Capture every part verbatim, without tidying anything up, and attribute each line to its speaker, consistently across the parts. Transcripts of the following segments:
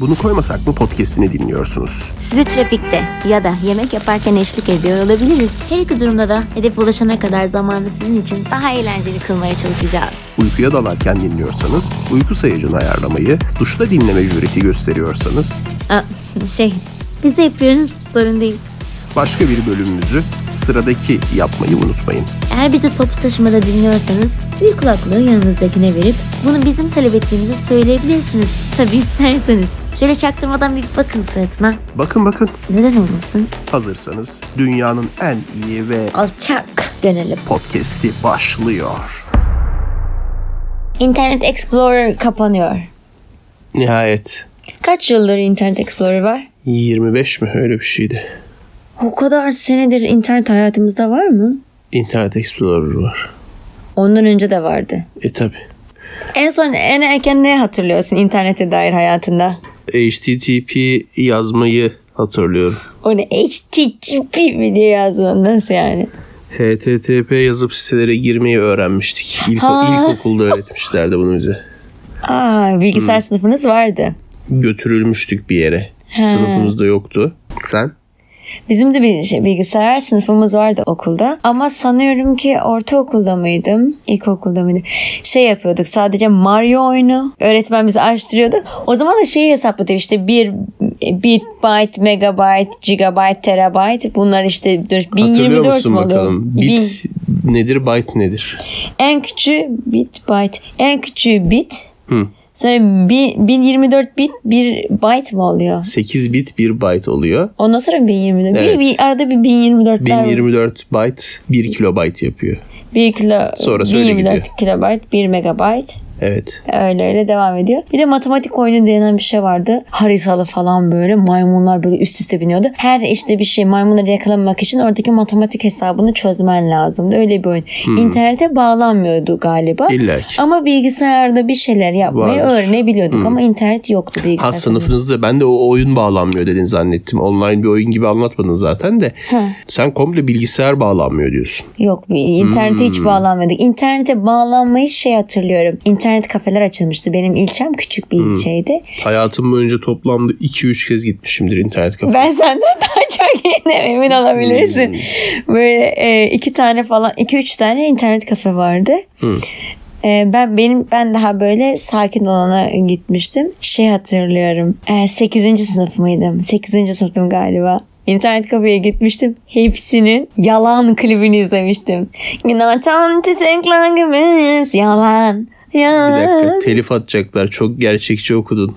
Speaker 1: Bunu koymasak mı podcast'ini dinliyorsunuz?
Speaker 2: Sizi trafikte ya da yemek yaparken eşlik ediyor olabiliriz. Her iki durumda da hedefe ulaşana kadar zamanı sizin için daha eğlenceli kılmaya çalışacağız.
Speaker 1: Uykuya dalarken dinliyorsanız, uyku sayacını ayarlamayı, duşta dinleme jüreti gösteriyorsanız...
Speaker 2: Aa, şey, biz de yapıyoruz, sorun değil.
Speaker 1: Başka bir bölümümüzü sıradaki yapmayı unutmayın.
Speaker 2: Eğer bizi toplu taşımada dinliyorsanız bir kulaklığı yanınızdakine verip bunu bizim talep ettiğimizi söyleyebilirsiniz. Tabii isterseniz. Şöyle çaktırmadan bir bakın suratına.
Speaker 1: Bakın bakın.
Speaker 2: Neden olmasın?
Speaker 1: Hazırsanız dünyanın en iyi ve
Speaker 2: alçak gönüllü
Speaker 1: podcast'i başlıyor.
Speaker 2: Internet Explorer kapanıyor.
Speaker 1: Nihayet.
Speaker 2: Kaç yıldır Internet Explorer var?
Speaker 1: yirmi beş mi? Öyle bir şeydi.
Speaker 2: O kadar senedir internet hayatımızda var mı?
Speaker 1: Internet Explorer var.
Speaker 2: Ondan önce de vardı.
Speaker 1: E tabi.
Speaker 2: En son en erken ne hatırlıyorsun internete dair hayatında?
Speaker 1: H T T P yazmayı hatırlıyorum.
Speaker 2: O ne? H T T P mi diye yazdın? Nasıl yani?
Speaker 1: H T T P yazıp sitelere girmeyi öğrenmiştik. İlk, ilkokulda öğretmişlerdi bunu bize.
Speaker 2: Aa, bilgisayar hmm. sınıfınız vardı.
Speaker 1: Götürülmüştük bir yere. Ha. Sınıfımızda yoktu. Sen?
Speaker 2: Bizim de bir şey, bilgisayar sınıfımız vardı okulda. Ama sanıyorum ki ortaokulda mıydım? İlkokulda mıydım? Şey yapıyorduk, sadece Mario oyunu. Öğretmen bizi açtırıyordu. O zaman da şeyi hesapladık işte bir bit, byte, megabyte, gigabyte, terabyte. Bunlar işte bin yirmi dört mu oluyor?
Speaker 1: Bit bin... nedir, byte nedir?
Speaker 2: En küçüğü bit, byte. En küçüğü bit.
Speaker 1: Hı.
Speaker 2: Sonra bin yirmi dört bit bir byte mı oluyor?
Speaker 1: sekiz bit bir byte oluyor.
Speaker 2: Ondan sonra bin yirmi dört. Evet. Bir, bir, arada bir bin yirmi dörtler
Speaker 1: bin yirmi dört byte bir kilobyte yapıyor.
Speaker 2: bir kilo,
Speaker 1: sonra
Speaker 2: bin yirmi dört kilobyte bir megabyte.
Speaker 1: Evet.
Speaker 2: Öyle öyle devam ediyor. Bir de matematik oyunu denen bir şey vardı. Haritalı falan böyle. Maymunlar böyle üst üste biniyordu. Her işte bir şey maymunları yakalamak için oradaki matematik hesabını çözmen lazımdı. Öyle bir oyun. Hmm. İnternete bağlanmıyordu galiba.
Speaker 1: İllaki.
Speaker 2: Ama bilgisayarda bir şeyler yapmayı Vardır. öğrenebiliyorduk. Hmm. Ama internet yoktu bilgisayarda.
Speaker 1: Ha, sınıfınızda ben de o oyun bağlanmıyor dedin zannettim. Online bir oyun gibi anlatmadın zaten de. Ha. Sen komple bilgisayar bağlanmıyor diyorsun.
Speaker 2: Yok, internete hmm. hiç bağlanmıyorduk. İnternete bağlanmayı şey hatırlıyorum. İnternet İnternet kafeler açılmıştı. Benim ilçem küçük bir hmm. ilçeydi.
Speaker 1: Hayatım boyunca toplamda iki üç kez gitmişimdir internet kafeye.
Speaker 2: Ben senden daha çok yine emin olabilirsin. Hmm. Böyle e, iki tane falan, iki üç tane internet kafe vardı. Hmm. E, ben benim ben daha böyle sakin olana gitmiştim. Şey hatırlıyorum. E, sekizinci sınıf mıydım? sekizinci sınıftım galiba. İnternet kafeye gitmiştim. Hepsinin yalan klibini izlemiştim. Yine tam çiçeklerimiz yalan. Ya.
Speaker 1: Bir dakika, telif atacaklar. Çok gerçekçi okudun.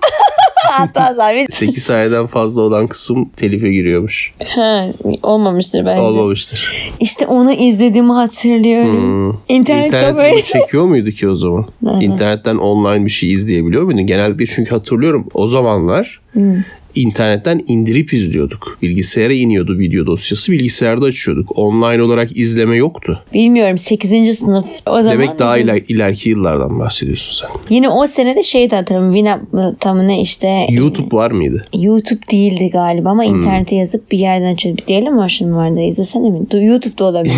Speaker 1: sekiz sayeden fazla olan kısım telife giriyormuş.
Speaker 2: Ha, olmamıştır bence.
Speaker 1: Olmamıştır.
Speaker 2: İşte onu izlediğimi hatırlıyorum. Hmm. İnternet,
Speaker 1: İnternet bunu çekiyor muydu ki o zaman? İnternetten online bir şey izleyebiliyor muydun? Genellikle çünkü hatırlıyorum o zamanlar hmm. internetten indirip izliyorduk. Bilgisayara iniyordu video dosyası. Bilgisayarda açıyorduk. Online olarak izleme yoktu.
Speaker 2: Bilmiyorum. sekizinci sınıf. O zaman
Speaker 1: demek daha iler, ileriki yıllardan bahsediyorsun sen.
Speaker 2: Yine o senede şey de hatırlıyorum. Winamp tam ne işte.
Speaker 1: YouTube var mıydı?
Speaker 2: YouTube değildi galiba ama hmm. internete yazıp bir yerden açıyorduk. Diyelim mi şimdi vardı? İzlesene mi? YouTube'da olabilir.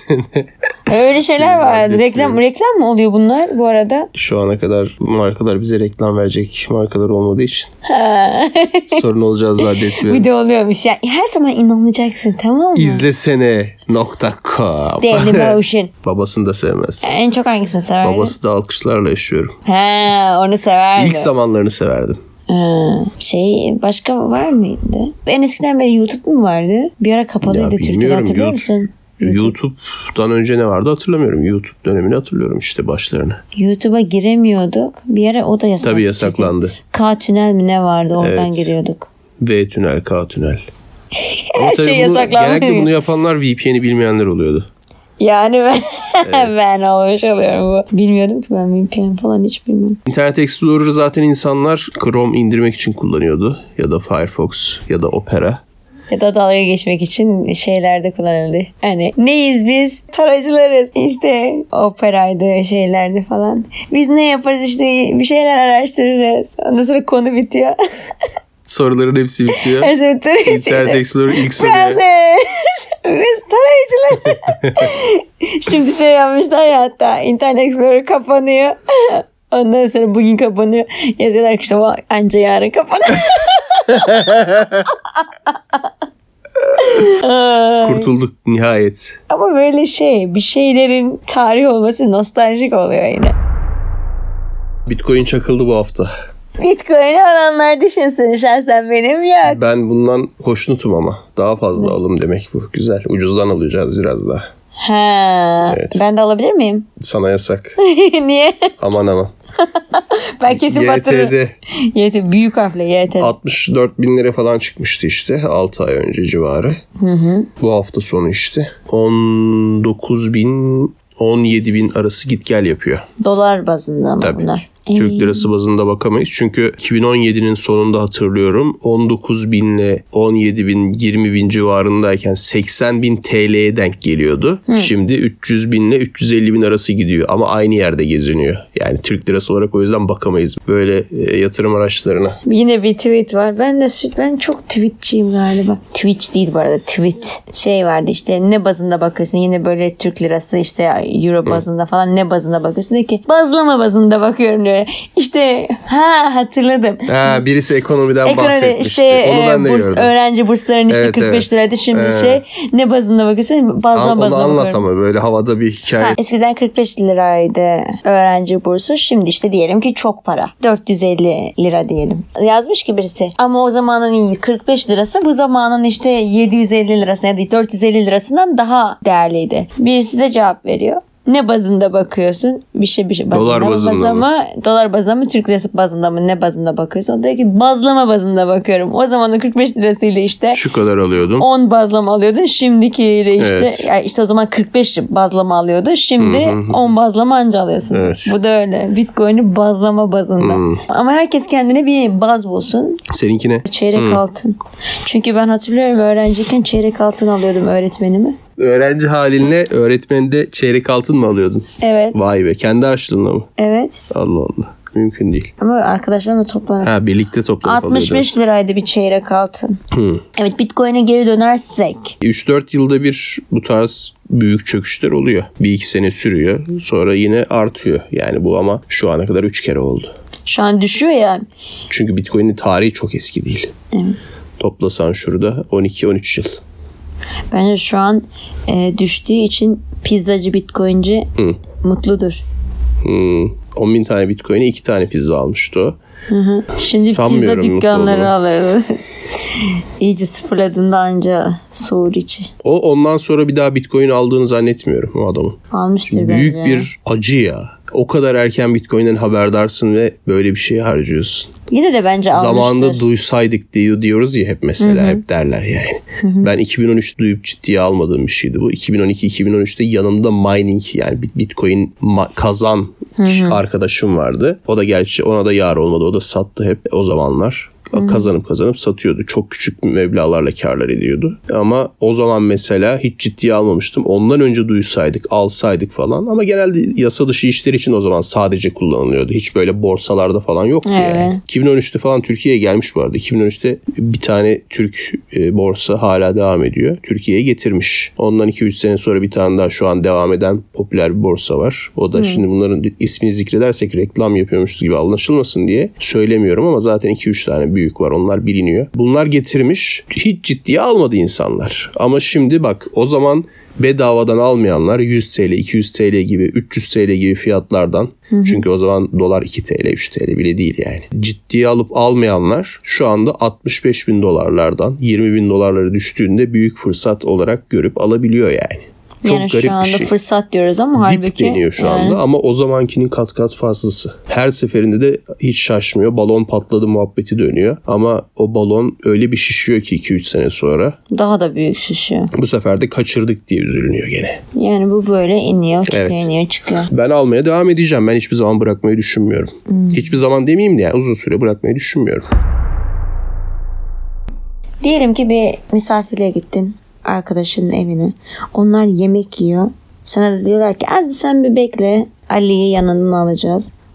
Speaker 2: Öyle şeyler vardı. Reklam reklam mı oluyor bunlar bu arada?
Speaker 1: Şu ana kadar markalar bize reklam verecek markalar olmadığı için. Sorun olacağız zannetmiyorum.
Speaker 2: Bir de oluyormuş ya. Her zaman inanacaksın, tamam mı?
Speaker 1: İzlesene nokta com.
Speaker 2: Dailymotion.
Speaker 1: Babasını da sevmez.
Speaker 2: En çok hangisini severdin?
Speaker 1: Babası da alkışlarla yaşıyorum.
Speaker 2: Ha, onu severdim.
Speaker 1: İlk zamanlarını severdim.
Speaker 2: Ha, şey başka var mıydı? En eskiden beri YouTube mu vardı? Bir ara kapalıydı Türkiye'de, hatırlıyor
Speaker 1: YouTube.
Speaker 2: musun?
Speaker 1: YouTube. YouTube'dan önce ne vardı hatırlamıyorum. YouTube dönemini hatırlıyorum işte başlarını.
Speaker 2: YouTube'a giremiyorduk. Bir ara o da yasaklandı.
Speaker 1: Tabii yasaklandı.
Speaker 2: K-tünel mi ne vardı, oradan evet. giriyorduk.
Speaker 1: V-tünel, K-tünel.
Speaker 2: Her şey yasaklandı.
Speaker 1: Genellikle bunu yapanlar V P N'i bilmeyenler oluyordu.
Speaker 2: Yani ben, evet. ben olmuş oluyorum bu. Bilmiyordum ki ben V P N falan hiç bilmiyorum.
Speaker 1: Internet Explorer'ı zaten insanlar Chrome indirmek için kullanıyordu. Ya da Firefox ya da Opera.
Speaker 2: Ya da dalga geçmek için şeylerde kullanıldı. Hani neyiz biz? Tarayıcılarız. İşte Opera'ydı, şeylerdi falan. Biz ne yaparız işte, bir şeyler araştırırız. Ondan sonra konu bitiyor.
Speaker 1: Soruların hepsi bitiyor.
Speaker 2: Her şey bitiyor.
Speaker 1: İnternet Explorer ilk soruya.
Speaker 2: Biz tarayıcılar. Şimdi şey yapmışlar ya, hatta Internet Explorer kapanıyor. Ondan sonra bugün kapanıyor. Yazıyorlar ki işte o anca yarın kapanıyor.
Speaker 1: Kurtulduk nihayet.
Speaker 2: Ama böyle şey, bir şeylerin tarih olması nostaljik oluyor yine.
Speaker 1: Bitcoin çakıldı bu hafta.
Speaker 2: Bitcoin'i alanlar düşünsün, şahsen benim yok.
Speaker 1: Ben bundan hoşnutum ama. Daha fazla alım demek bu. Güzel. Ucuzdan alacağız biraz daha.
Speaker 2: Ha, evet. Ben de alabilir miyim?
Speaker 1: Sana yasak.
Speaker 2: Niye?
Speaker 1: Aman aman.
Speaker 2: Ben kesin batırırım. Y T D. Y T D. Büyük harfle Y T D.
Speaker 1: altmış dört bin lira falan çıkmıştı işte. altı ay önce civarı.
Speaker 2: Hı hı.
Speaker 1: Bu hafta sonu işte. on dokuz bin on yedi bin arası git gel yapıyor.
Speaker 2: Dolar bazında mı
Speaker 1: Tabii.
Speaker 2: bunlar?
Speaker 1: Türk lirası bazında bakamayız. Çünkü iki bin on yedinin sonunda hatırlıyorum on dokuz binle on yedi bin yirmi bin civarındayken seksen bin T L'ye denk geliyordu. Hı. Şimdi üç yüz binle üç yüz elli bin arası gidiyor ama aynı yerde geziniyor. Yani Türk lirası olarak o yüzden bakamayız böyle e, yatırım araçlarına.
Speaker 2: Yine bir tweet var. Ben de ben çok tweetçiyim galiba. Twitch değil bu arada, tweet. Şey vardı işte, ne bazında bakıyorsun? Yine böyle Türk lirası işte euro bazında Hı. falan, ne bazında bakıyorsun? De ki bazlama bazında bakıyorum diyor. İşte ha hatırladım.
Speaker 1: Ha, birisi ekonomiden Ekonomi, bahsetmişti.
Speaker 2: Işte,
Speaker 1: onu ben de
Speaker 2: burs,
Speaker 1: gördüm.
Speaker 2: Öğrenci burslarının işte
Speaker 1: evet,
Speaker 2: kırk beş
Speaker 1: evet.
Speaker 2: liraydı. Şimdi evet. şey ne bazında bakıyorsun? Bazlama
Speaker 1: An,
Speaker 2: bazında
Speaker 1: onu anlat
Speaker 2: bakıyorum.
Speaker 1: ama böyle havada bir hikaye. Ha,
Speaker 2: eskiden kırk beş liraydı öğrenci bursu. Şimdi işte diyelim ki çok para. dört yüz elli lira diyelim. Yazmış ki birisi. Ama o zamanın kırk beş lirası bu zamanın işte yedi yüz elli lirasına ya da dört yüz elli lirasından daha değerliydi. Birisi de cevap veriyor. Ne bazında bakıyorsun? Bir şey bir şey bazında
Speaker 1: dolar
Speaker 2: mı?
Speaker 1: bazında
Speaker 2: bazında
Speaker 1: mı?
Speaker 2: mı? Dolar bazında mı? Türk lirası bazında mı? Ne bazında bakıyorsun? O diyor ki bazlama bazında bakıyorum. O zamanın kırk beş lirasıyla işte
Speaker 1: şu kadar alıyordum.
Speaker 2: on bazlama alıyordun. Şimdikiyle işte
Speaker 1: evet.
Speaker 2: yani işte o zaman kırk beş bazlama alıyordu. Şimdi hı hı. on bazlama anca alıyorsun.
Speaker 1: Evet.
Speaker 2: Bu da öyle. Bitcoin'i bazlama bazında. Hı. Ama herkes kendine bir baz bulsun.
Speaker 1: Seninki ne?
Speaker 2: Çeyrek hı. altın. Çünkü ben hatırlıyorum öğrenciyken çeyrek altın alıyordum öğretmenime.
Speaker 1: Öğrenci halinle öğretmeninde çeyrek altın mı alıyordun?
Speaker 2: Evet.
Speaker 1: Vay be. Kendi harçlığınla mı?
Speaker 2: Evet.
Speaker 1: Allah Allah. Mümkün değil.
Speaker 2: Ama arkadaşlarımla toplanarak.
Speaker 1: Ha, birlikte toplanıp
Speaker 2: altmış beş liraydı bir çeyrek altın.
Speaker 1: Hı.
Speaker 2: Evet, Bitcoin'e geri dönersek.
Speaker 1: üç dört yılda bir bu tarz büyük çöküşler oluyor. Bir iki sene sürüyor. Sonra yine artıyor. Yani bu ama şu ana kadar üç kere oldu.
Speaker 2: Şu an düşüyor yani.
Speaker 1: Çünkü Bitcoin'in tarihi çok eski değil.
Speaker 2: Evet.
Speaker 1: Toplasan şurada on iki on üç yıl.
Speaker 2: Bence şu an e, düştüğü için pizzacı bitcoinci Hı. mutludur.
Speaker 1: Hmm. on bin tane bitcoin'e iki tane pizza almıştı o.
Speaker 2: Hı hı. Şimdi pizza dükkanları alır. İyice sıfırladığında anca soğur içi.
Speaker 1: O ondan sonra bir daha bitcoin aldığını zannetmiyorum o adamın.
Speaker 2: Almıştır
Speaker 1: Şimdi
Speaker 2: bence.
Speaker 1: Büyük bir acı ya. O kadar erken Bitcoin'den haberdarsın ve böyle bir şeye harcıyorsun.
Speaker 2: Yine de bence almıştır.
Speaker 1: Zamanında duysaydık diyor, diyoruz ya hep mesela. Hı-hı. Hep derler yani. Hı-hı. Ben iki bin on üç duyup ciddiye almadığım bir şeydi bu. iki bin on iki iki bin on üçte yanımda mining yani Bitcoin ma- kazan Hı-hı. arkadaşım vardı. O da gerçi ona da yar olmadı. O da sattı hep o zamanlar. Hmm. Kazanıp kazanıp satıyordu. Çok küçük meblağlarla kârlar ediyordu. Ama o zaman mesela hiç ciddiye almamıştım. Ondan önce duysaydık, alsaydık falan. Ama genelde yasa dışı işler için o zaman sadece kullanılıyordu. Hiç böyle borsalarda falan yoktu evet. yani. iki bin on üçte falan Türkiye'ye gelmiş bu arada. iki bin on üçte bir tane Türk e, borsa hala devam ediyor. Türkiye'ye getirmiş. Ondan iki üç sene sonra bir tane daha şu an devam eden popüler bir borsa var. O da hmm. şimdi bunların ismini zikredersek reklam yapıyormuşuz gibi anlaşılmasın diye söylemiyorum ama zaten iki üç tane büyük büyük var. Onlar biliniyor. Bunlar getirmiş. Hiç ciddiye almadı insanlar. Ama şimdi bak o zaman bedavadan almayanlar yüz TL, iki yüz TL gibi, üç yüz TL gibi fiyatlardan. Hı hı. Çünkü o zaman dolar iki TL, üç TL bile değil yani. Ciddiye alıp almayanlar şu anda altmış beş bin dolarlardan yirmi bin dolarlara düştüğünde büyük fırsat olarak görüp alabiliyor yani. Çok
Speaker 2: yani
Speaker 1: garip
Speaker 2: şu anda
Speaker 1: bir şey.
Speaker 2: Fırsat diyoruz ama
Speaker 1: Dip
Speaker 2: halbuki.
Speaker 1: deniyor şu
Speaker 2: yani.
Speaker 1: anda ama o zamankinin kat kat fazlası. Her seferinde de hiç şaşmıyor. Balon patladı muhabbeti dönüyor. Ama o balon öyle bir şişiyor ki iki üç sene sonra.
Speaker 2: Daha da büyük şişiyor.
Speaker 1: Bu sefer de kaçırdık diye üzülünüyor gene.
Speaker 2: Yani bu böyle iniyor çıkıyor evet. iniyor çıkıyor.
Speaker 1: Ben almaya devam edeceğim. Ben hiçbir zaman bırakmayı düşünmüyorum. Hmm. Hiçbir zaman demeyeyim de yani uzun süre bırakmayı düşünmüyorum.
Speaker 2: Diyelim ki bir misafirliğe gittin. Arkadaşının evine. Onlar yemek yiyor. Sana da diyorlar ki az bir sen bir bekle. Ali'yi yanından alacağız.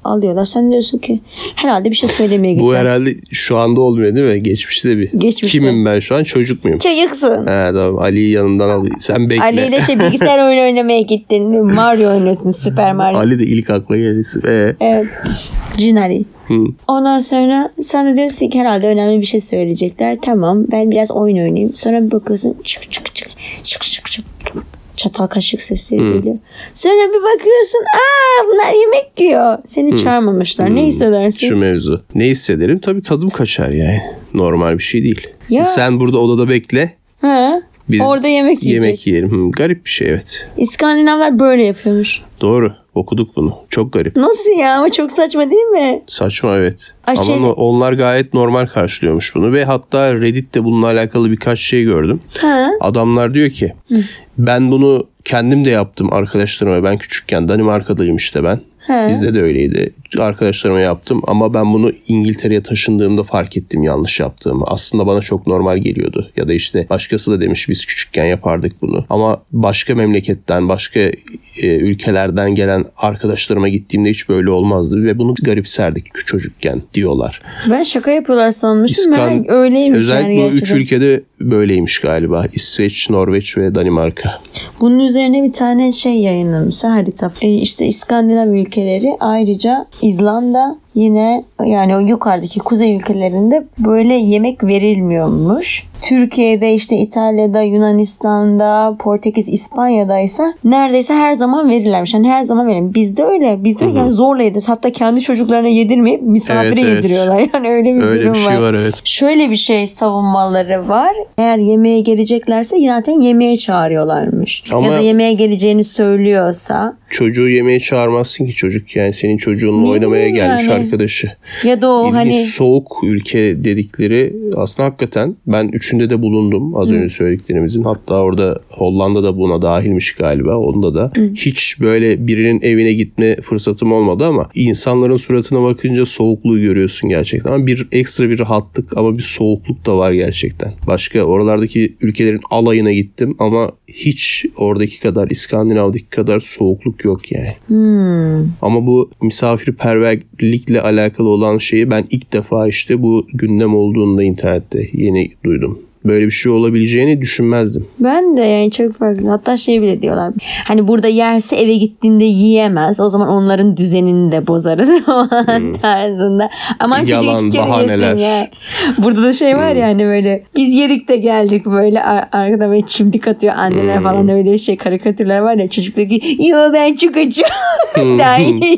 Speaker 2: alıyorlar. Sen diyorsun ki herhalde bir şey söylemeye gittiler.
Speaker 1: Bu herhalde şu anda olmuyor değil mi? Geçmişte bir.
Speaker 2: Geçmişte.
Speaker 1: Kimim ben şu an? Çocuk muyum?
Speaker 2: Çocuksun.
Speaker 1: He tamam. Ali'yi yanından al. Sen bekle.
Speaker 2: Ali ile şey bilgisayar oyunu oynamaya gittin. Mario oynuyorsun. Süper Mario.
Speaker 1: Ali de ilk akla gelirsin. Ee?
Speaker 2: Evet. Cin Ali.
Speaker 1: Hı.
Speaker 2: Ondan sonra sen de diyorsun ki herhalde önemli bir şey söyleyecekler. Tamam ben biraz oyun oynayayım. Sonra bir bakıyorsun çık çık çık çık çık çık. Çatal kaşık sesleri hmm. geliyor. Sonra bir bakıyorsun aa bunlar yemek yiyor. Seni hmm. çağırmamışlar. Hmm. Ne hissedersin?
Speaker 1: Şu mevzu. Ne hissederim? Tabii tadım kaçar yani. Normal bir şey değil.
Speaker 2: Ya.
Speaker 1: Sen burada odada bekle.
Speaker 2: Ha. Biz orada yemek yiyecek.
Speaker 1: Yemek yiyelim. Hmm, garip bir şey evet.
Speaker 2: İskandinavlar böyle yapıyormuş.
Speaker 1: Doğru. Okuduk bunu. Çok garip.
Speaker 2: Nasıl ya? Ama çok saçma değil mi?
Speaker 1: Saçma evet.
Speaker 2: Ay,
Speaker 1: Ama
Speaker 2: şey...
Speaker 1: onlar gayet normal karşılıyormuş bunu. Ve hatta Reddit'te bununla alakalı birkaç şey gördüm.
Speaker 2: Ha.
Speaker 1: Adamlar diyor ki Hı. ben bunu kendim de yaptım arkadaşlarıma. Ben küçükken Danimarka'dayım işte ben. He. Bizde de öyleydi. Arkadaşlarıma yaptım ama ben bunu İngiltere'ye taşındığımda fark ettim yanlış yaptığımı. Aslında bana çok normal geliyordu. Ya da işte başkası da demiş biz küçükken yapardık bunu. Ama başka memleketten, başka e, ülkelerden gelen arkadaşlarıma gittiğimde hiç böyle olmazdı. Ve bunu garipserdik çocukken diyorlar.
Speaker 2: Ben şaka yapıyorlar sanmıştım. İskan... Ben öyleymiş
Speaker 1: özellikle
Speaker 2: yani
Speaker 1: bu üç ülkede böyleymiş galiba. İsveç, Norveç ve Danimarka.
Speaker 2: Bunun üzerine bir tane şey yayınlamış. Harita. E işte İskandinav ülkeleri ayrıca İzlanda yine yani o yukarıdaki kuzey ülkelerinde böyle yemek verilmiyormuş. Türkiye'de işte İtalya'da, Yunanistan'da, Portekiz, İspanya'da ise neredeyse her zaman verirlermiş. Yani her zaman verir. Bizde öyle. Bizde yani zorla yediriyoruz. Hatta kendi çocuklarına yedirmeyip misafire
Speaker 1: evet, evet.
Speaker 2: yediriyorlar. Yani öyle bir
Speaker 1: öyle
Speaker 2: durum
Speaker 1: bir şey
Speaker 2: var.
Speaker 1: var evet.
Speaker 2: Şöyle bir şey savunmaları var. Eğer yemeğe geleceklerse zaten yemeğe çağırıyorlarmış. Ama ya da yemeğe geleceğini söylüyorsa.
Speaker 1: Çocuğu yemeğe çağırmazsın ki çocuk yani senin çocuğunla oynamaya gelmiş yani? Arkadaşı.
Speaker 2: Ya da o İlginç, hani
Speaker 1: soğuk ülke dedikleri aslında hakikaten ben üçünde de bulundum az Hı. önce söylediklerimizin. Hatta orada Hollanda'da buna dahilmiş galiba. Onda da Hı. hiç böyle birinin evine gitme fırsatım olmadı ama insanların suratına bakınca soğukluğu görüyorsun gerçekten. Ama bir ekstra bir rahatlık ama bir soğukluk da var gerçekten. Başka oralardaki ülkelerin alayına gittim ama hiç oradaki kadar İskandinav'daki kadar soğukluk yok yani.
Speaker 2: Hmm.
Speaker 1: Ama bu misafirperverlikle alakalı olan şeyi ben ilk defa işte bu gündem olduğunda internette yeni duydum. Böyle bir şey olabileceğini düşünmezdim.
Speaker 2: Ben de yani çok farklı. Hatta şey bile diyorlar. Hani burada yerse eve gittiğinde yiyemez. O zaman onların düzenini de bozarız hmm. tarzında. Aman çocuk iki kere yesin ya. Burada da şey var hmm. ya hani böyle biz yedik de geldik böyle ar- arkada böyle çimdik atıyor anneler hmm. falan öyle şey karikatürler var ya çocuk diyor ki yo ben çok açım. Daha yiyor.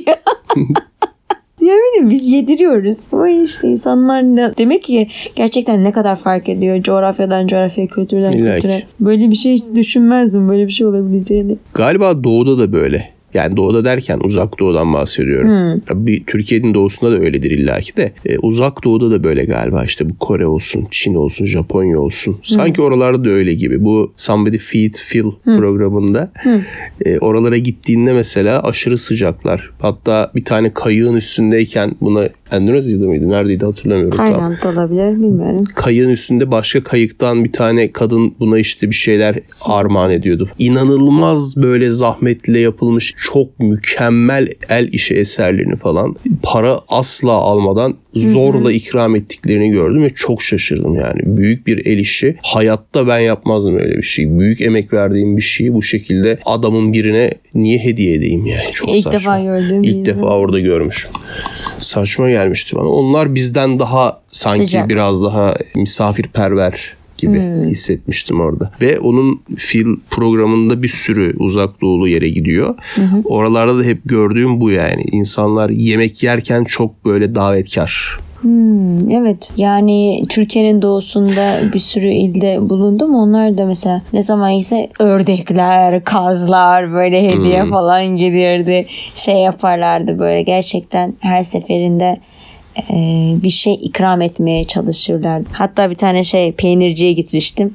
Speaker 2: Ya benim biz yediriyoruz. Ama işte insanlar ne... Demek ki gerçekten ne kadar fark ediyor coğrafyadan coğrafyaya, kültürden kültüre. Böyle bir şey hiç düşünmezdim böyle bir şey olabileceğini.
Speaker 1: Galiba doğuda da böyle. Yani doğuda derken uzak doğudan bahsediyorum. Hmm. Bir Türkiye'nin doğusunda da öyledir illaki de. Ee, uzak doğuda da böyle galiba işte bu Kore olsun, Çin olsun, Japonya olsun. Sanki hmm. oralarda da öyle gibi. Bu Somebody Feed Phil hmm. programında hmm. E, oralara gittiğinde mesela aşırı sıcaklar. Hatta bir tane kayığın üstündeyken buna Endonezya'da mıydı? Neredeydi hatırlamıyorum.
Speaker 2: Tayland'da olabilir bilmiyorum.
Speaker 1: Kayığın üstünde başka kayıktan bir tane kadın buna işte bir şeyler armağan ediyordu. İnanılmaz böyle zahmetle yapılmış çok mükemmel el işi eserlerini falan para asla almadan zorla Hı-hı. ikram ettiklerini gördüm ve çok şaşırdım yani. Büyük bir el işi. Hayatta ben yapmazdım öyle bir şey. Büyük emek verdiğim bir şeyi bu şekilde adamın birine niye hediye edeyim yani. Çok
Speaker 2: İlk
Speaker 1: saçma.
Speaker 2: defa gördüm.
Speaker 1: İlk defa orada görmüşüm. Saçma gelmişti bana. Onlar bizden daha sanki Sıcak. biraz daha misafirperver gibi hmm. hissetmiştim orada. Ve onun film programında bir sürü uzak doğulu yere gidiyor. Hı hı. Oralarda da hep gördüğüm bu yani. İnsanlar yemek yerken çok böyle davetkar.
Speaker 2: Hmm, evet yani Türkiye'nin doğusunda bir sürü ilde bulundum. Onlar da mesela ne zaman ise ördekler, kazlar böyle hediye hmm. falan gelirdi. Şey yaparlardı böyle gerçekten her seferinde bir şey ikram etmeye çalışırlardı. Hatta bir tane şey peynirciye gitmiştim. Aa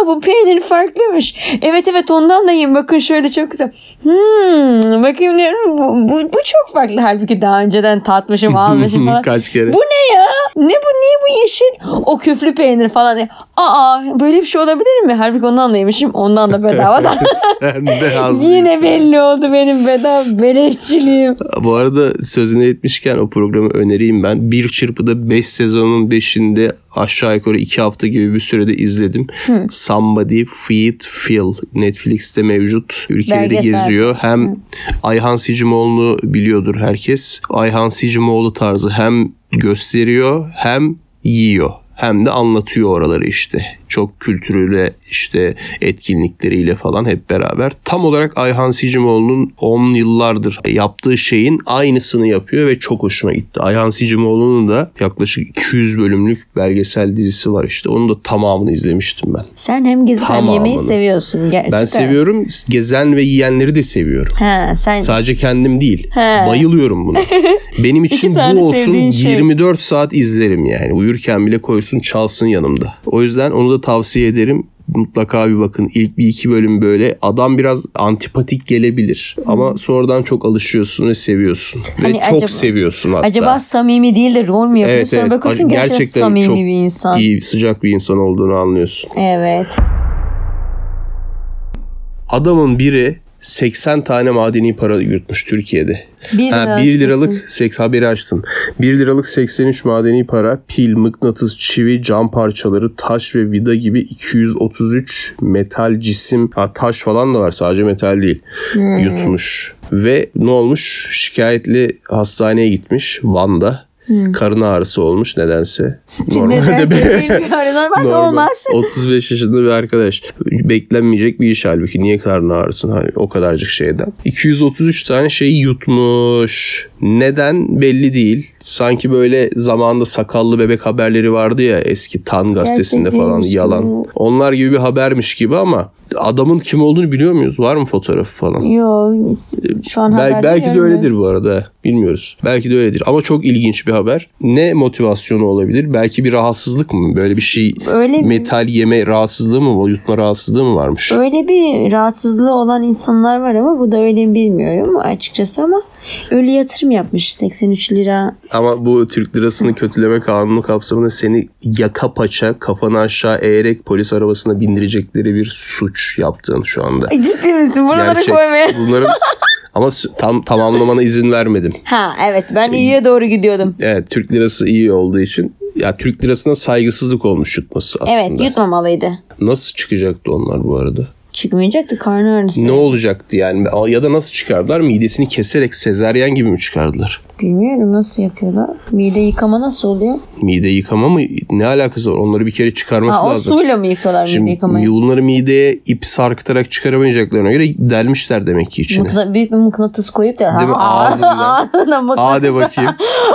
Speaker 2: aa bu peynir farklıymış. Evet evet ondan da yiyin. Bakın şöyle çok güzel. Hmm, bakayım diyorum. Bu, bu, bu çok farklı. Halbuki daha önceden tatmışım almışım falan.
Speaker 1: Kaç kere.
Speaker 2: Bu ne ya? Ne bu niye bu yeşil? O küflü peynir falan diye. Aa böyle bir şey olabilir mi? Halbuki ondan da yemişim. Ondan da bedava.
Speaker 1: Sen de hazır.
Speaker 2: Yine belli oldu benim bedava beleşçiliğim.
Speaker 1: Bu arada sözüne etmişken o programı önereyim ben. Bir çırpıda beş sezonun beşinde aşağı yukarı iki hafta gibi bir sürede izledim. Hı. Somebody Feed Phil. Netflix'te mevcut. Ülkeleri
Speaker 2: Belgesel.
Speaker 1: geziyor. Hem
Speaker 2: Hı.
Speaker 1: Ayhan Sicimoğlu'nu biliyordur herkes. Ayhan Sicimoğlu tarzı hem gösteriyor hem yiyor. Hem de anlatıyor oraları işte. Çok kültürüyle işte etkinlikleriyle falan hep beraber. Tam olarak Ayhan Sicimoğlu'nun on yıllardır yaptığı şeyin aynısını yapıyor ve çok hoşuma gitti. Ayhan Sicimoğlu'nun da yaklaşık iki yüz bölümlük belgesel dizisi var işte. Onun da tamamını izlemiştim ben.
Speaker 2: Sen hem gezip hem
Speaker 1: Tamamını.
Speaker 2: yemeği seviyorsun. Gerçekten.
Speaker 1: Ben seviyorum. Gezen ve yiyenleri de seviyorum.
Speaker 2: Ha, sen...
Speaker 1: Sadece kendim değil.
Speaker 2: He.
Speaker 1: Bayılıyorum buna. Benim için
Speaker 2: tane
Speaker 1: bu olsun
Speaker 2: sevdiğin şey.
Speaker 1: yirmi dört saat izlerim yani. Uyurken bile koysun çalsın yanımda. O yüzden onu da tavsiye ederim. Mutlaka bir bakın. İlk bir iki bölüm böyle. Adam biraz antipatik gelebilir. Hmm. Ama sonradan çok alışıyorsun ve seviyorsun.
Speaker 2: Hani
Speaker 1: ve çok
Speaker 2: acaba,
Speaker 1: seviyorsun hatta.
Speaker 2: Acaba samimi değil de rol mü yapıyor?
Speaker 1: Evet,
Speaker 2: Sonra
Speaker 1: evet.
Speaker 2: bakıyorsun gerçekten,
Speaker 1: gerçekten
Speaker 2: samimi
Speaker 1: çok
Speaker 2: bir insan.
Speaker 1: iyi, sıcak bir insan olduğunu anlıyorsun.
Speaker 2: Evet.
Speaker 1: Adamın biri seksen tane madeni para yutmuş Türkiye'de.
Speaker 2: Bir,
Speaker 1: ha, bir liralık seks haberi açtım. bir liralık seksen üç madeni para, pil, mıknatıs, çivi, cam parçaları, taş ve vida gibi iki yüz otuz üç metal cisim, ha, taş falan da var sadece metal değil, hmm. yutmuş. Ve ne olmuş? Şikayetli hastaneye gitmiş Van'da. Hmm. Karın ağrısı olmuş nedense.
Speaker 2: Normalde bilmiyorum. Normalde olmaz.
Speaker 1: otuz beş yaşında bir arkadaş. Beklenmeyecek bir iş halbuki. Niye karın ağrısın? Hani o kadarcık şeyden. iki yüz otuz üç tane şeyi yutmuş. Neden belli değil. Sanki böyle zamanında sakallı bebek haberleri vardı ya eski Tan gazetesinde falan yalan. Mi? Onlar gibi bir habermiş gibi ama adamın kim olduğunu biliyor muyuz? Var mı fotoğrafı falan?
Speaker 2: Yok. Şu an
Speaker 1: Bel- belki de öyledir bu arada. Bilmiyoruz. Belki de öyledir. Ama çok ilginç bir haber. Ne motivasyonu olabilir? Belki bir rahatsızlık mı? Böyle bir şey öyle metal bir... yeme rahatsızlığı mı? Yutma rahatsızlığı mı varmış?
Speaker 2: Öyle bir rahatsızlığı olan insanlar var ama bu da öyle mi bilmiyorum açıkçası ama öyle yatırım yapmış seksen üç lira.
Speaker 1: Ama bu Türk lirasını kötüleme kanunu kapsamında seni yaka paça kafanı aşağı eğerek polis arabasına bindirecekleri bir suç yaptığın şu anda.
Speaker 2: E, ciddi misin? Buralara koymaya.
Speaker 1: Bunların ama tam tamamlamana izin vermedim.
Speaker 2: Ha evet ben iyiye doğru gidiyordum.
Speaker 1: Evet Türk lirası iyi olduğu için ya Türk lirasına saygısızlık olmuş yutması aslında.
Speaker 2: Evet yutmamalıydı.
Speaker 1: Nasıl çıkacaktı onlar bu arada?
Speaker 2: Çıkmayacaktı karnı ağrısı.
Speaker 1: Ne olacaktı yani? Ya da nasıl çıkardılar? Midesini keserek sezaryen gibi mi çıkardılar?
Speaker 2: Bilmiyorum nasıl yapıyorlar. Mide yıkama nasıl oluyor?
Speaker 1: Mide yıkama mı? Ne alakası var? Onları bir kere çıkarması
Speaker 2: ha, o
Speaker 1: lazım.
Speaker 2: O suyla mı yıkıyorlar
Speaker 1: Şimdi,
Speaker 2: mide yıkamayı?
Speaker 1: Bunları mideye ip sarkıtarak çıkaramayacaklarına göre delmişler demek ki içine.
Speaker 2: Mıkna, büyük bir mıknatıs koyup da
Speaker 1: değil mi? Ağzından. Hadi bakayım.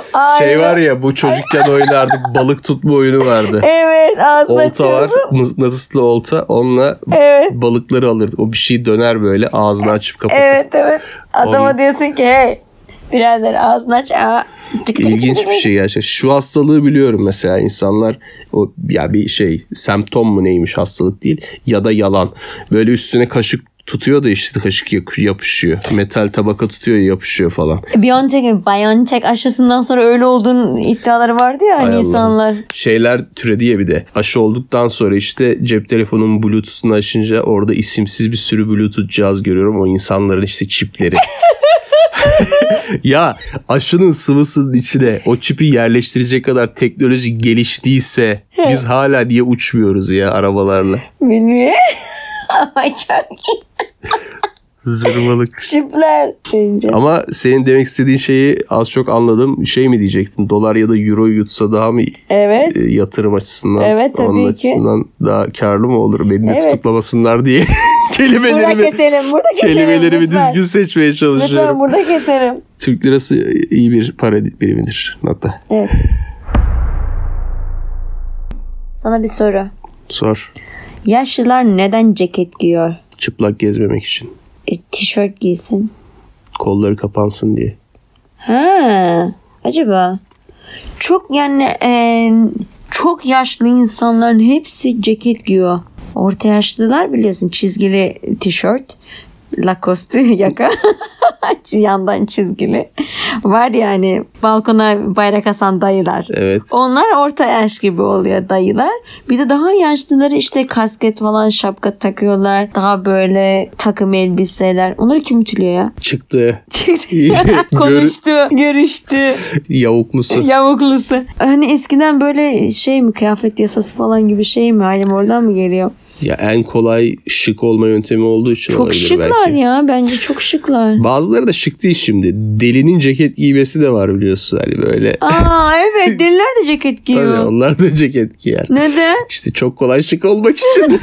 Speaker 1: Şey var ya bu çocukken oynardık. Balık tutma oyunu vardı.
Speaker 2: Evet ağzına
Speaker 1: olta var. Mıknatıslı olta. Onunla evet. balıkları alırdık. O bir şey döner böyle ağzını açıp kapatır.
Speaker 2: Evet evet. Adama Onun... diyorsun ki hey birader ağzını aç. Aa.
Speaker 1: İlginç bir şey gerçekten. Şu hastalığı biliyorum mesela insanlar o ya bir şey semptom mu neymiş hastalık değil ya da yalan. Böyle üstüne kaşık tutuyor da işte kaşık yapışıyor. Metal tabaka tutuyor yapışıyor falan.
Speaker 2: BioNTech, BioNTech aşısından sonra öyle olduğun iddiaları vardı ya hani insanlar.
Speaker 1: Şeyler türedi ya bir de. Aşı olduktan sonra işte cep telefonunun Bluetooth'unu açınca orada isimsiz bir sürü Bluetooth cihaz görüyorum. O insanların işte çipleri. Ya aşının sıvısının içine o çipi yerleştirecek kadar teknoloji geliştiyse biz hala niye uçmuyoruz ya arabalarla?
Speaker 2: Bilmiyorum. Ama çok iyi.
Speaker 1: Zırvalık.
Speaker 2: Çipler.
Speaker 1: Ama senin demek istediğin şeyi az çok anladım. Şey mi diyecektin? Dolar ya da euro yutsa daha mı
Speaker 2: evet.
Speaker 1: e, yatırım açısından?
Speaker 2: Evet tabii
Speaker 1: onun
Speaker 2: ki.
Speaker 1: açısından daha karlı mı olur? Beni
Speaker 2: evet.
Speaker 1: tutuklamasınlar diye. kelimelerimi,
Speaker 2: burada keselim. Burada keselim.
Speaker 1: Kelimelerimi
Speaker 2: lütfen.
Speaker 1: düzgün seçmeye çalışıyorum.
Speaker 2: Lütfen burada keselim.
Speaker 1: Türk lirası iyi bir para birimidir. Nokta.
Speaker 2: Evet. Sana bir soru.
Speaker 1: Sor.
Speaker 2: Yaşlılar neden ceket giyiyor?
Speaker 1: Çıplak gezmemek için.
Speaker 2: E, tişört giysin.
Speaker 1: Kolları kapansın diye.
Speaker 2: Ha, acaba? Çok yani e, çok yaşlı insanların hepsi ceket giyiyor. Orta yaşlılar biliyorsun çizgili tişört. Lacoste yaka. Yandan çizgili. Var yani balkona bayrak asan dayılar.
Speaker 1: Evet.
Speaker 2: Onlar orta yaş gibi oluyor dayılar. Bir de daha yaşlıları işte kasket falan şapka takıyorlar. Daha böyle takım elbiseler. Onları kim ütülüyor ya?
Speaker 1: Çıktı.
Speaker 2: Çıktı. Konuştu. Görüştü.
Speaker 1: Yavuklusu.
Speaker 2: Yavuklusu. Hani eskiden böyle şey mi kıyafet yasası falan gibi şey mi? Halim oradan mı geliyor?
Speaker 1: Ya en kolay şık olma yöntemi olduğu için
Speaker 2: çok
Speaker 1: olabilir
Speaker 2: şıklar
Speaker 1: belki.
Speaker 2: ya. Bence çok şıklar.
Speaker 1: Bazıları da şık değil şimdi. Delinin ceket giymesi de var biliyorsun. Hani böyle.
Speaker 2: Aa evet. Deliler de ceket giyiyor.
Speaker 1: Tabii onlar da ceket giyer.
Speaker 2: Neden?
Speaker 1: İşte çok kolay şık olmak için.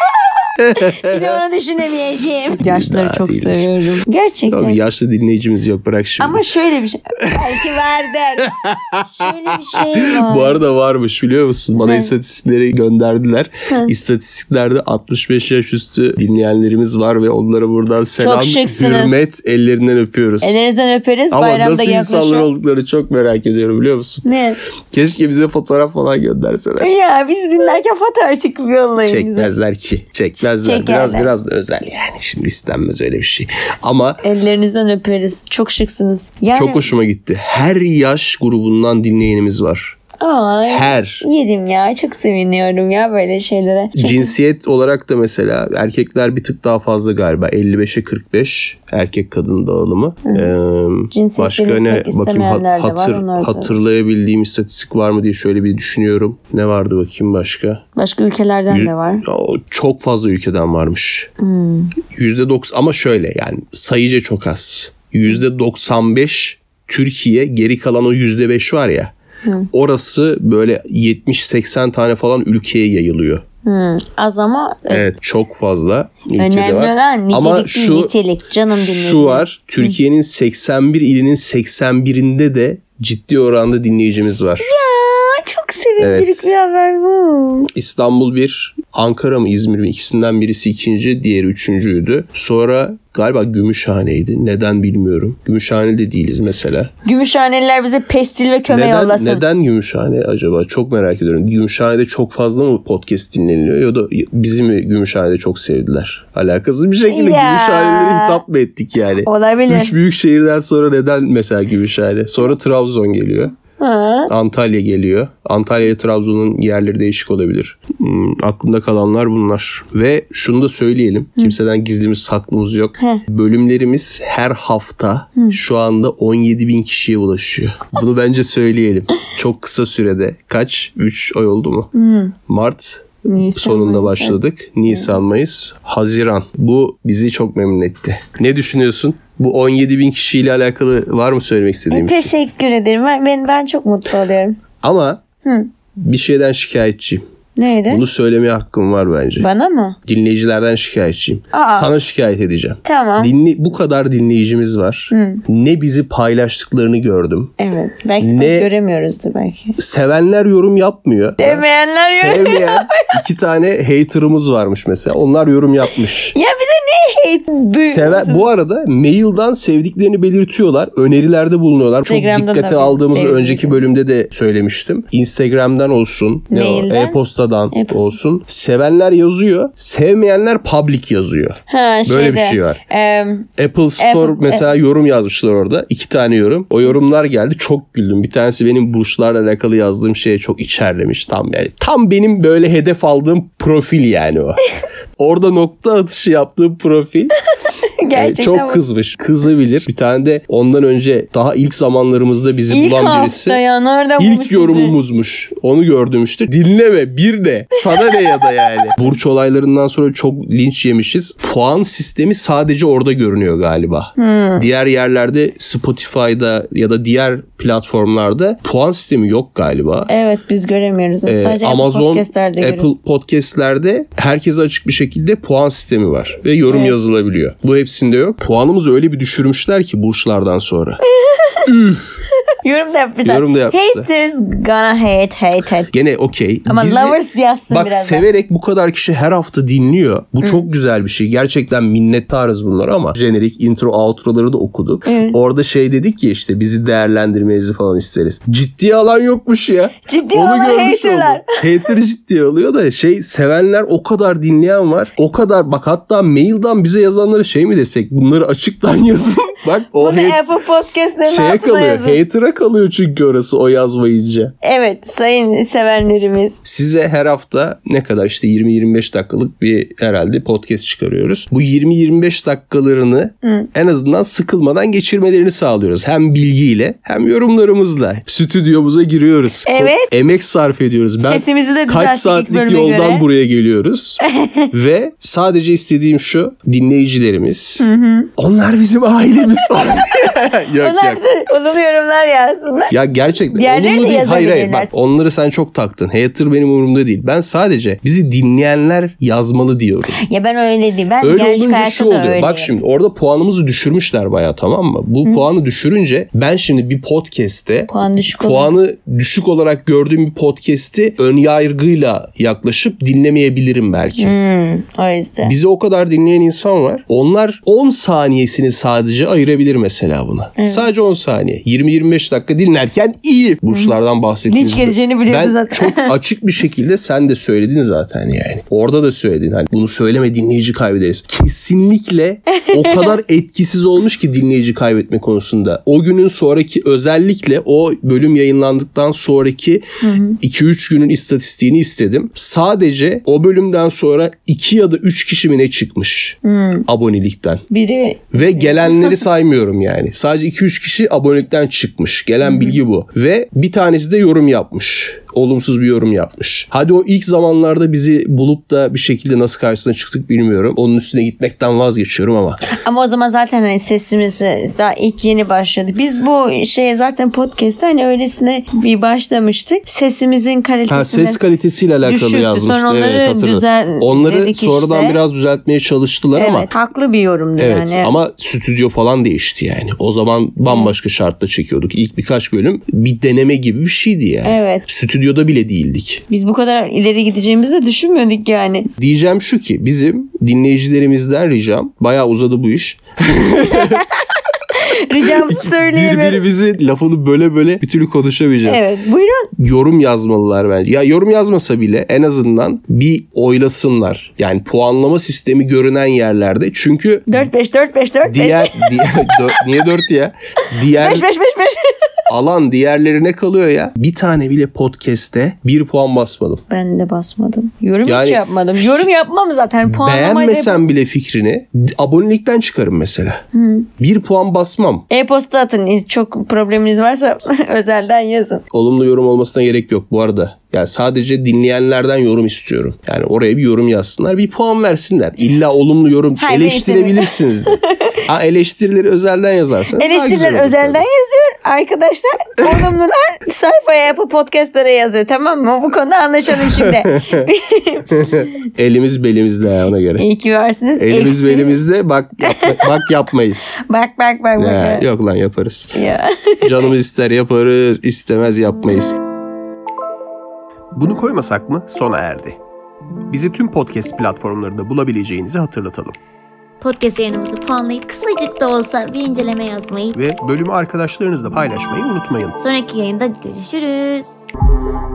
Speaker 2: Bir de onu düşünemeyeceğim. Yaşlıları
Speaker 1: Daha
Speaker 2: çok
Speaker 1: değildir.
Speaker 2: seviyorum. Gerçekten.
Speaker 1: Tabii yaşlı dinleyicimiz yok, bırak şimdi.
Speaker 2: Ama şöyle bir şey. Belki vardır. Şöyle bir şey var.
Speaker 1: Bu arada varmış biliyor musun? Bana
Speaker 2: Ne?
Speaker 1: istatistikleri gönderdiler.
Speaker 2: Hı.
Speaker 1: İstatistiklerde altmış beş yaş üstü dinleyenlerimiz var ve onlara buradan selam,
Speaker 2: şıksınız.
Speaker 1: hürmet, ellerinden öpüyoruz.
Speaker 2: Ellerinizden öperiz.
Speaker 1: Ama
Speaker 2: Bayramda
Speaker 1: nasıl insanlar
Speaker 2: yaklaşıyor.
Speaker 1: olduklarını çok merak ediyorum biliyor musun?
Speaker 2: Ne?
Speaker 1: Keşke bize fotoğraf falan gönderseler.
Speaker 2: Ya biz dinlerken fotoğraf çekip yollayın bize.
Speaker 1: Çekmezler ki. Çekmezler.
Speaker 2: Çekerler.
Speaker 1: Biraz biraz da özel yani. Şimdi istenmez öyle bir şey. Ama
Speaker 2: Ellerinizden öperiz. Çok şıksınız. Yani...
Speaker 1: çok hoşuma gitti. Her yaş grubundan dinleyenimiz var.
Speaker 2: Ay,
Speaker 1: Her.
Speaker 2: yerim ya. Çok seviniyorum ya böyle şeylere. Çok...
Speaker 1: Cinsiyet olarak da mesela erkekler bir tık daha fazla galiba. elli beşe kırk beş erkek kadın dağılımı. Ee,
Speaker 2: Cinsiyet
Speaker 1: başka
Speaker 2: belirtmek
Speaker 1: ne bakayım
Speaker 2: istemeyenler de var,
Speaker 1: hatır,
Speaker 2: onlar da.
Speaker 1: hatırlayabildiğim istatistik var mı diye şöyle bir düşünüyorum. Ne vardı bakayım başka?
Speaker 2: Başka ülkelerden
Speaker 1: Yü-
Speaker 2: de var.
Speaker 1: O, çok fazla ülkeden varmış.
Speaker 2: Hmm.
Speaker 1: yüzde doksan ama şöyle yani sayıca çok az. yüzde doksan beş Türkiye, geri kalan o yüzde beş var ya. Hı. Orası böyle yetmiş seksen tane falan ülkeye yayılıyor.
Speaker 2: Hmm, az ama
Speaker 1: Evet çok fazla ülkede
Speaker 2: önemli
Speaker 1: var.
Speaker 2: olan nitelik
Speaker 1: Ama
Speaker 2: değil,
Speaker 1: şu,
Speaker 2: nitelik. Canım dinleyicilerim.
Speaker 1: şu var, Türkiye'nin seksen bir ilinin seksen birinde de ciddi oranda dinleyicimiz var.
Speaker 2: Ya çok sevindirik
Speaker 1: Evet.
Speaker 2: bir haber bu.
Speaker 1: İstanbul bir, Ankara mı İzmir mi, ikisinden birisi ikinci, diğeri üçüncüydü. Sonra galiba Gümüşhane'ydi. Neden bilmiyorum. Gümüşhane'de değiliz mesela.
Speaker 2: Gümüşhaneliler bize pestil ve köme
Speaker 1: Neden,
Speaker 2: yollasın.
Speaker 1: neden Gümüşhane acaba? Çok merak ediyorum. Gümüşhane'de çok fazla mı podcast dinleniliyor ya da bizi mi Gümüşhane'de çok sevdiler? Alakasız bir şekilde
Speaker 2: Ya.
Speaker 1: Gümüşhanelilere hitap mı ettik yani?
Speaker 2: Olabilir.
Speaker 1: Üç büyük şehirden sonra neden mesela Gümüşhane? Sonra Trabzon geliyor.
Speaker 2: Ha.
Speaker 1: Antalya geliyor. Antalya ile Trabzon'un yerleri değişik olabilir. Hmm, aklımda kalanlar bunlar. Ve şunu da söyleyelim. Kimseden gizlimiz saklımız yok.
Speaker 2: Hı.
Speaker 1: Bölümlerimiz her hafta şu anda on yedi bin kişiye ulaşıyor. Bunu bence söyleyelim. Çok kısa sürede. Kaç? üç ay oldu mu?
Speaker 2: Hı.
Speaker 1: Mart
Speaker 2: Nisan,
Speaker 1: sonunda
Speaker 2: Mayıs,
Speaker 1: başladık. Nisan, Mayıs, Haziran. Bu bizi çok memnun etti. Ne düşünüyorsun? Bu on yedi bin kişiyle alakalı var mı söylemek istediğim
Speaker 2: E,
Speaker 1: bir şey?
Speaker 2: teşekkür ederim. Ben, ben, ben çok mutlu oluyorum.
Speaker 1: Ama
Speaker 2: Hı.
Speaker 1: bir şeyden şikayetçiyim.
Speaker 2: Neydi?
Speaker 1: Bunu söylemeye hakkım var bence.
Speaker 2: Bana mı?
Speaker 1: Dinleyicilerden şikayetçiyim.
Speaker 2: Aa.
Speaker 1: Sana şikayet edeceğim.
Speaker 2: Tamam.
Speaker 1: Dinle, bu kadar dinleyicimiz var.
Speaker 2: Hı.
Speaker 1: Ne bizi paylaştıklarını gördüm.
Speaker 2: Evet. Belki de
Speaker 1: Ne-
Speaker 2: göremiyoruzdur belki.
Speaker 1: Sevenler yorum yapmıyor.
Speaker 2: Demeyenler yok.
Speaker 1: Sevmeyen iki tane haterımız varmış mesela. Onlar yorum yapmış.
Speaker 2: Ya bize ne hate duyuyorsunuz?
Speaker 1: Sever, bu arada mailden sevdiklerini belirtiyorlar. Önerilerde bulunuyorlar. Çok
Speaker 2: Instagram'dan
Speaker 1: dikkate
Speaker 2: da
Speaker 1: aldığımızı
Speaker 2: sevdiğim.
Speaker 1: önceki bölümde de söylemiştim. Instagram'dan olsun, ne o,
Speaker 2: Mailden.
Speaker 1: e-postadan
Speaker 2: E-posta.
Speaker 1: olsun. Sevenler yazıyor, sevmeyenler public yazıyor.
Speaker 2: Ha,
Speaker 1: Böyle bir
Speaker 2: şeyde,
Speaker 1: şey var.
Speaker 2: em,
Speaker 1: Apple Store
Speaker 2: Apple-
Speaker 1: mesela yorum yazmışlar orada. İki tane yorum. O yorumlar geldi. Çok güldüm. Bir tanesi benim burçlarla alakalı yazdığım şeye çok içerlemiş. Tam yani. Tam benim böyle hedef aldığım profil yani o. Orada nokta atışı yaptığım profil.
Speaker 2: gerçekten
Speaker 1: çok
Speaker 2: bu-
Speaker 1: kızmış. Kızabilir. Bir tane de ondan önce daha ilk zamanlarımızda bizi
Speaker 2: İlk
Speaker 1: bulan
Speaker 2: hafta
Speaker 1: birisi.
Speaker 2: ya nereden bulmuş
Speaker 1: İlk
Speaker 2: bizi?
Speaker 1: yorumumuzmuş. Onu gördüm işte. Dinleme bir de. Sana ne ya da yani. Burç olaylarından sonra çok linç yemişiz. Puan sistemi sadece orada görünüyor galiba.
Speaker 2: Hmm.
Speaker 1: Diğer yerlerde Spotify'da ya da diğer platformlarda puan sistemi yok galiba.
Speaker 2: Evet biz göremiyoruz.
Speaker 1: Ee,
Speaker 2: Sadece
Speaker 1: Amazon,
Speaker 2: Apple Podcast'lerde
Speaker 1: Apple
Speaker 2: görüyoruz.
Speaker 1: Podcast'lerde herkese açık bir şekilde puan sistemi var. Ve yorum
Speaker 2: Evet.
Speaker 1: yazılabiliyor. Bu hepsinde yok. Puanımızı öyle bir düşürmüşler ki burçlardan sonra. Üf.
Speaker 2: Yorum da yapmışlar.
Speaker 1: Yorum da yapmışlar.
Speaker 2: Haters gonna hate hate hate.
Speaker 1: Gene okey.
Speaker 2: Ama
Speaker 1: Bizi,
Speaker 2: lovers yazsın
Speaker 1: bak,
Speaker 2: biraz. Bak
Speaker 1: severek bu kadar kişi her hafta dinliyor. Bu Hı. çok güzel bir şey. Gerçekten minnettarız bunlara ama jenerik intro outroları da okuduk. Hı. Orada şey dedik ki işte bizi değerlendirmenizi falan isteriz. Ciddiye alan yokmuş ya.
Speaker 2: Ciddiye alan haterlar.
Speaker 1: Hater ciddiye alıyor da şey sevenler o kadar dinleyen var. O kadar bak hatta mailden bize yazanlara şey mi desek bunları açıktan yazın. Bak o
Speaker 2: bunu hate, Apple Podcast'ların
Speaker 1: şeye kalıyor.
Speaker 2: Yazın.
Speaker 1: Hater'a kalıyor çünkü orası o yazmayınca.
Speaker 2: Evet sayın sevenlerimiz.
Speaker 1: Size her hafta ne kadar işte yirmi yirmi beş dakikalık bir herhalde podcast çıkarıyoruz. Bu yirmi yirmi beş dakikalarını Hı. en azından sıkılmadan geçirmelerini sağlıyoruz. Hem bilgiyle hem yorumlarımızla. Stüdyomuza giriyoruz.
Speaker 2: Evet.
Speaker 1: Emek sarf ediyoruz. Ben
Speaker 2: Sesimizi de
Speaker 1: kaç saatlik yoldan göre. buraya geliyoruz. Ve sadece istediğim şu dinleyicilerimiz. Hı hı. Onlar bizim ailemiz falan. yok,
Speaker 2: onlar
Speaker 1: yok.
Speaker 2: bize olumlu yorumlar yazsınlar.
Speaker 1: Ya gerçekten
Speaker 2: Diğerleri
Speaker 1: olumlu
Speaker 2: de
Speaker 1: değil. Hayır hayır bak onları sen çok taktın. Hater benim umurumda değil. Ben sadece bizi dinleyenler yazmalı diyorum.
Speaker 2: Ya ben öyle değil. Ben
Speaker 1: öyle olunca şu oluyor. Öyle. Bak şimdi orada puanımızı düşürmüşler bayağı tamam mı? Bu Hı. puanı düşürünce ben şimdi bir podcast'te
Speaker 2: Puan düşük
Speaker 1: puanı
Speaker 2: olur.
Speaker 1: düşük olarak gördüğüm bir podcast'i ön yargıyla yaklaşıp dinlemeyebilirim belki.
Speaker 2: Hmm, o yüzden.
Speaker 1: Bizi o kadar dinleyen insan var. Onlar on saniyesini sadece ayırabilir mesela buna. Evet. Sadece on saniye. yirmi yirmi beş dakika dinlerken iyi. Burçlardan bahsettiğiniz
Speaker 2: Linç geleceğini biliyordu zaten.
Speaker 1: Ben çok açık bir şekilde sen de söyledin zaten yani. Orada da söyledin. Hani bunu söyleme dinleyici kaybederiz. Kesinlikle o kadar etkisiz olmuş ki dinleyici kaybetme konusunda. O günün sonraki özellikle o bölüm yayınlandıktan sonraki iki üç günün istatistiğini istedim. Sadece o bölümden sonra iki ya da üç kişi mi ne çıkmış hmm. abonelikten.
Speaker 2: Biri
Speaker 1: ve gelenleri saymıyorum yani. Sadece iki üç kişi abonelikten çıkmış. Gelen hmm. bilgi bu. Ve bir tanesi de yorum yapmış. Olumsuz bir yorum yapmış. Hadi o ilk zamanlarda bizi bulup da bir şekilde nasıl karşısına çıktık bilmiyorum. Onun üstüne gitmekten vazgeçiyorum ama.
Speaker 2: Ama o zaman zaten hani sesimiz daha ilk yeni başladı. Biz bu şeye zaten podcast'ta hani öylesine bir başlamıştık. Sesimizin kalitesi.
Speaker 1: Ha, ses kalitesiyle alakalı düşüktü. Yazmıştı.
Speaker 2: Sonra onları
Speaker 1: evet,
Speaker 2: düzen
Speaker 1: Onları sonradan işte. biraz düzeltmeye çalıştılar
Speaker 2: evet,
Speaker 1: ama.
Speaker 2: Evet haklı bir yorumdu
Speaker 1: evet,
Speaker 2: yani.
Speaker 1: Ama stüdyo falan değişti yani. O zaman bambaşka hmm. şartla çekiyorduk. İlk birkaç bölüm bir deneme gibi bir şeydi yani.
Speaker 2: Evet.
Speaker 1: Stüdyo Stüdyoda bile değildik.
Speaker 2: Biz bu kadar ileri gideceğimizi de düşünmüyorduk yani.
Speaker 1: Diyeceğim şu ki bizim dinleyicilerimizden ricam bayağı uzadı bu iş.
Speaker 2: Ricamızı söyleyemiyorum.
Speaker 1: Biri biri bizi lafını böyle böyle bir türlü konuşamayacağım.
Speaker 2: Evet buyurun.
Speaker 1: Yorum yazmalılar bence. Ya yorum yazmasa bile en azından bir oylasınlar. Yani puanlama sistemi görünen yerlerde. Çünkü
Speaker 2: dört beş dört beş dört beş
Speaker 1: diğer, diğer dört, niye dört ya? Diğer
Speaker 2: beş beş beş beş
Speaker 1: alan diğerlerine kalıyor ya. Bir tane bile podcast'te bir puan basmadım.
Speaker 2: Ben de basmadım. Yorum
Speaker 1: yani,
Speaker 2: hiç yapmadım. Yorum yapmam zaten.
Speaker 1: Beğenmesem hep... bile fikrini abonelikten çıkarım mesela. Hmm. Bir puan basmam.
Speaker 2: E-posta atın. Çok probleminiz varsa özelden yazın.
Speaker 1: Olumlu yorum olmasına gerek yok bu arada. Yani sadece dinleyenlerden yorum istiyorum. Yani oraya bir yorum yazsınlar, bir puan versinler. İlla olumlu yorum Hayır, eleştirebilirsiniz de. Ha, eleştirileri özelden yazarsanız
Speaker 2: eleştiriler özelden tabii. yazıyor arkadaşlar. Olumlular sayfaya yapıp podcastlara yazıyor, tamam mı? Bu konuda anlaşalım şimdi.
Speaker 1: Elimiz belimizde ya, ona göre.
Speaker 2: İyi ki varsınız.
Speaker 1: Elimiz Eksi. belimizde bak yapma, bak yapmayız.
Speaker 2: Bak bak bak.
Speaker 1: Ya, yok lan yaparız. Ya. Canımız ister yaparız, istemez yapmayız. Bunu koymasak mı sona erdi. Bizi tüm podcast platformlarında bulabileceğinizi hatırlatalım.
Speaker 3: Podcast yayınımızı puanlayıp kısacık da olsa bir inceleme yazmayı
Speaker 1: ve bölümü arkadaşlarınızla paylaşmayı unutmayın.
Speaker 3: Sonraki yayında görüşürüz.